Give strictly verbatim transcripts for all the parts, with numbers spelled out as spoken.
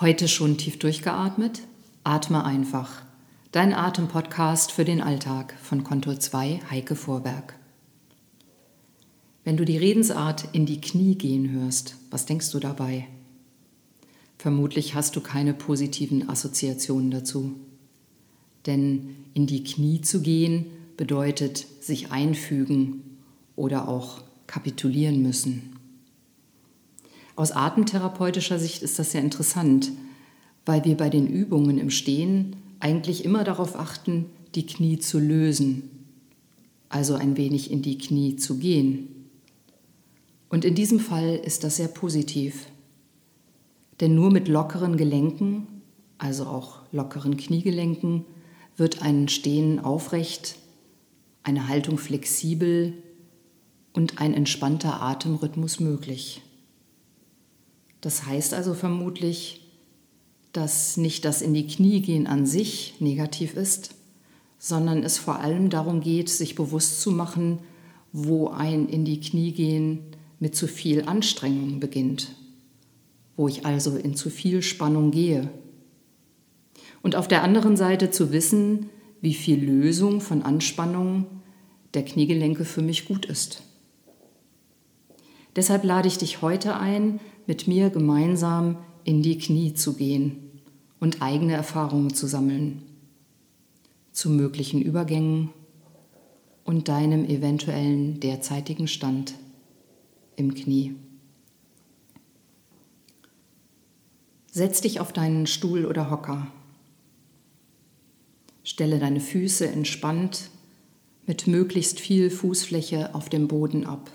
Heute schon tief durchgeatmet? Atme einfach. Dein Atempodcast für den Alltag von Kontur zwei, Heike Vorberg. Wenn du die Redensart in die Knie gehen hörst, was denkst du dabei? Vermutlich hast du keine positiven Assoziationen dazu. Denn in die Knie zu gehen bedeutet sich einfügen oder auch kapitulieren müssen. Aus atemtherapeutischer Sicht ist das sehr interessant, weil wir bei den Übungen im Stehen eigentlich immer darauf achten, die Knie zu lösen, also ein wenig in die Knie zu gehen. Und in diesem Fall ist das sehr positiv, denn nur mit lockeren Gelenken, also auch lockeren Kniegelenken, wird ein Stehen aufrecht, eine Haltung flexibel und ein entspannter Atemrhythmus möglich. Das heißt also vermutlich, dass nicht das in die Knie gehen an sich negativ ist, sondern es vor allem darum geht, sich bewusst zu machen, wo ein in die Knie gehen mit zu viel Anstrengung beginnt, wo ich also in zu viel Spannung gehe. Und auf der anderen Seite zu wissen, wie viel Lösung von Anspannung der Kniegelenke für mich gut ist. Deshalb lade ich dich heute ein, mit mir gemeinsam in die Knie zu gehen und eigene Erfahrungen zu sammeln, zu möglichen Übergängen und deinem eventuellen derzeitigen Stand im Knie. Setz dich auf deinen Stuhl oder Hocker. Stelle deine Füße entspannt mit möglichst viel Fußfläche auf dem Boden ab.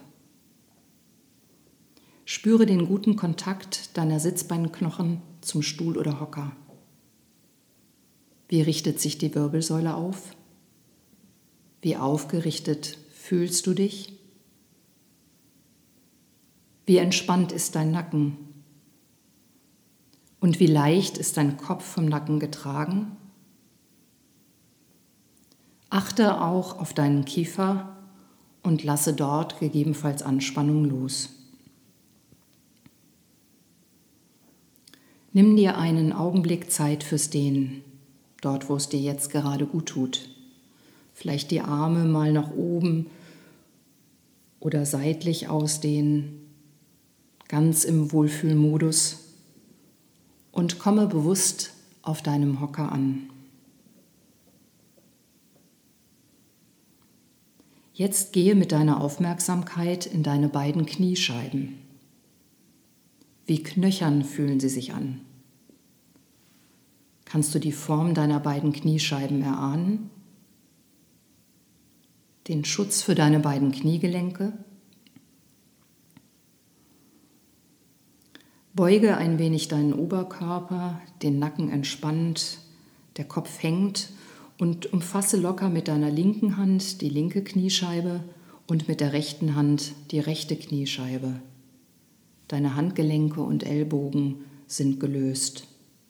Spüre den guten Kontakt deiner Sitzbeinknochen zum Stuhl oder Hocker. Wie richtet sich die Wirbelsäule auf? Wie aufgerichtet fühlst du dich? Wie entspannt ist dein Nacken? Und wie leicht ist dein Kopf vom Nacken getragen? Achte auch auf deinen Kiefer und lasse dort gegebenenfalls Anspannung los. Nimm dir einen Augenblick Zeit fürs Dehnen, dort wo es dir jetzt gerade gut tut. Vielleicht die Arme mal nach oben oder seitlich ausdehnen, ganz im Wohlfühlmodus und komme bewusst auf deinem Hocker an. Jetzt gehe mit deiner Aufmerksamkeit in deine beiden Kniescheiben. Wie knöchern fühlen sie sich an? Kannst du die Form deiner beiden Kniescheiben erahnen? Den Schutz für deine beiden Kniegelenke? Beuge ein wenig deinen Oberkörper, den Nacken entspannt, der Kopf hängt und umfasse locker mit deiner linken Hand die linke Kniescheibe und mit der rechten Hand die rechte Kniescheibe. Deine Handgelenke und Ellbogen sind gelöst.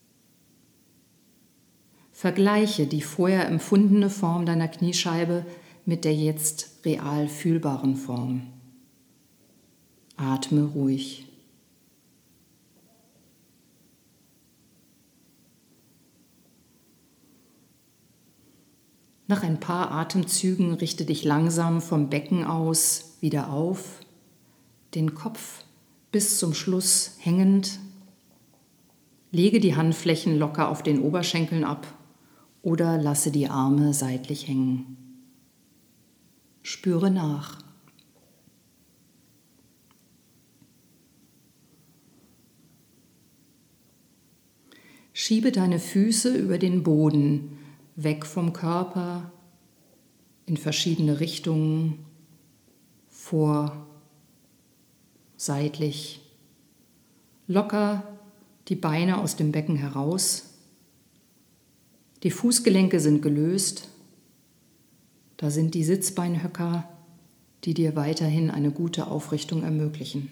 Vergleiche die vorher empfundene Form deiner Kniescheibe mit der jetzt real fühlbaren Form. Atme ruhig. Nach ein paar Atemzügen richte dich langsam vom Becken aus wieder auf, den Kopf bis zum Schluss hängend. Lege die Handflächen locker auf den Oberschenkeln ab oder lasse die Arme seitlich hängen. Spüre nach. Schiebe deine Füße über den Boden, weg vom Körper, in verschiedene Richtungen, vor, seitlich, locker die Beine aus dem Becken heraus. Die Fußgelenke sind gelöst. Da sind die Sitzbeinhöcker, die dir weiterhin eine gute Aufrichtung ermöglichen.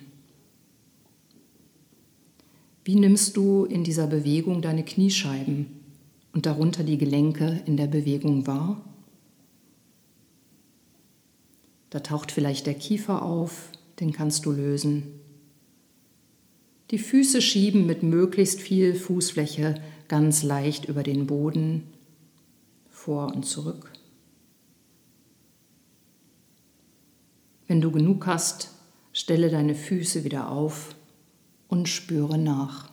Wie nimmst du in dieser Bewegung deine Kniescheiben und darunter die Gelenke in der Bewegung wahr? Da taucht vielleicht der Kiefer auf, den kannst du lösen. Die Füße schieben mit möglichst viel Fußfläche ganz leicht über den Boden, vor und zurück. Wenn du genug hast, stelle deine Füße wieder auf und spüre nach.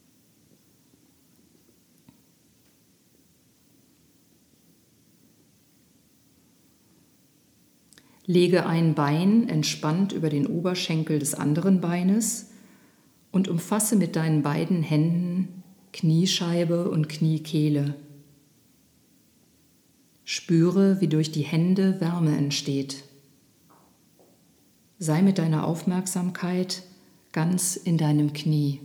Lege ein Bein entspannt über den Oberschenkel des anderen Beines und umfasse mit deinen beiden Händen Kniescheibe und Kniekehle. Spüre, wie durch die Hände Wärme entsteht. Sei mit deiner Aufmerksamkeit ganz in deinem Knie.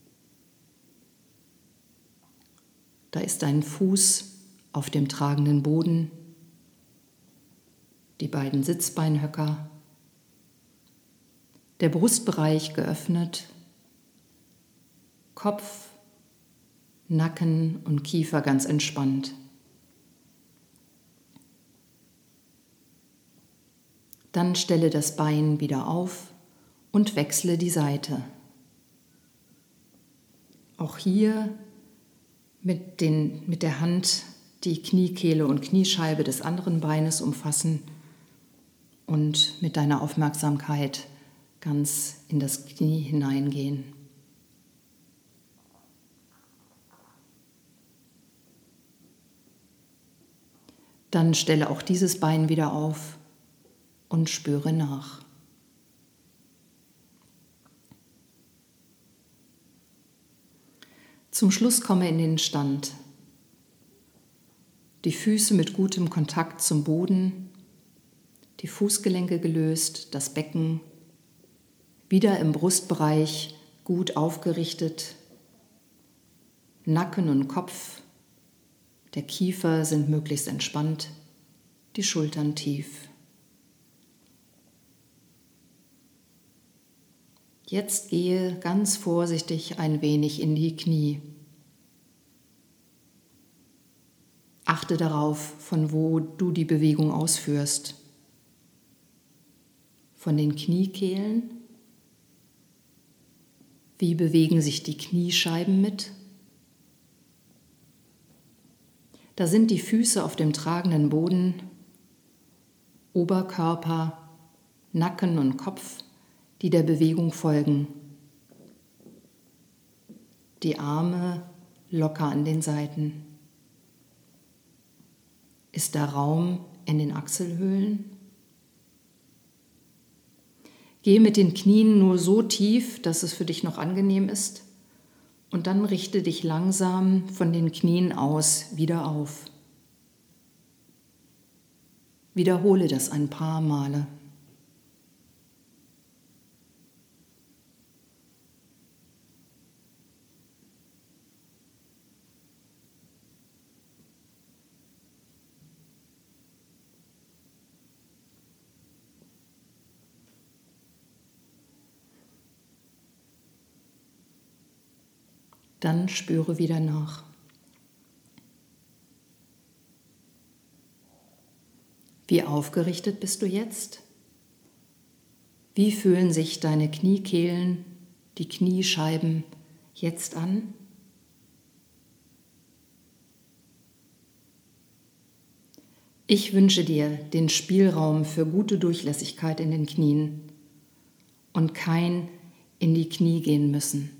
Da ist dein Fuß auf dem tragenden Boden, die beiden Sitzbeinhöcker, der Brustbereich geöffnet, Kopf, Nacken und Kiefer ganz entspannt. Dann stelle das Bein wieder auf und wechsle die Seite. Auch hier mit, den, mit der Hand die Kniekehle und Kniescheibe des anderen Beines umfassen und mit deiner Aufmerksamkeit ganz in das Knie hineingehen. Dann stelle auch dieses Bein wieder auf und spüre nach. Zum Schluss komme in den Stand. Die Füße mit gutem Kontakt zum Boden, die Fußgelenke gelöst, das Becken wieder im Brustbereich gut aufgerichtet, Nacken und Kopf, der Kiefer sind möglichst entspannt, die Schultern tief. Jetzt gehe ganz vorsichtig ein wenig in die Knie. Achte darauf, von wo du die Bewegung ausführst. Von den Kniekehlen. Wie bewegen sich die Kniescheiben mit? Da sind die Füße auf dem tragenden Boden, Oberkörper, Nacken und Kopf, die der Bewegung folgen. Die Arme locker an den Seiten. Ist da Raum in den Achselhöhlen? Gehe mit den Knien nur so tief, dass es für dich noch angenehm ist, und dann richte dich langsam von den Knien aus wieder auf. Wiederhole das ein paar Male. Dann spüre wieder nach. Wie aufgerichtet bist du jetzt? Wie fühlen sich deine Kniekehlen, die Kniescheiben jetzt an? Ich wünsche dir den Spielraum für gute Durchlässigkeit in den Knien und kein in die Knie gehen müssen.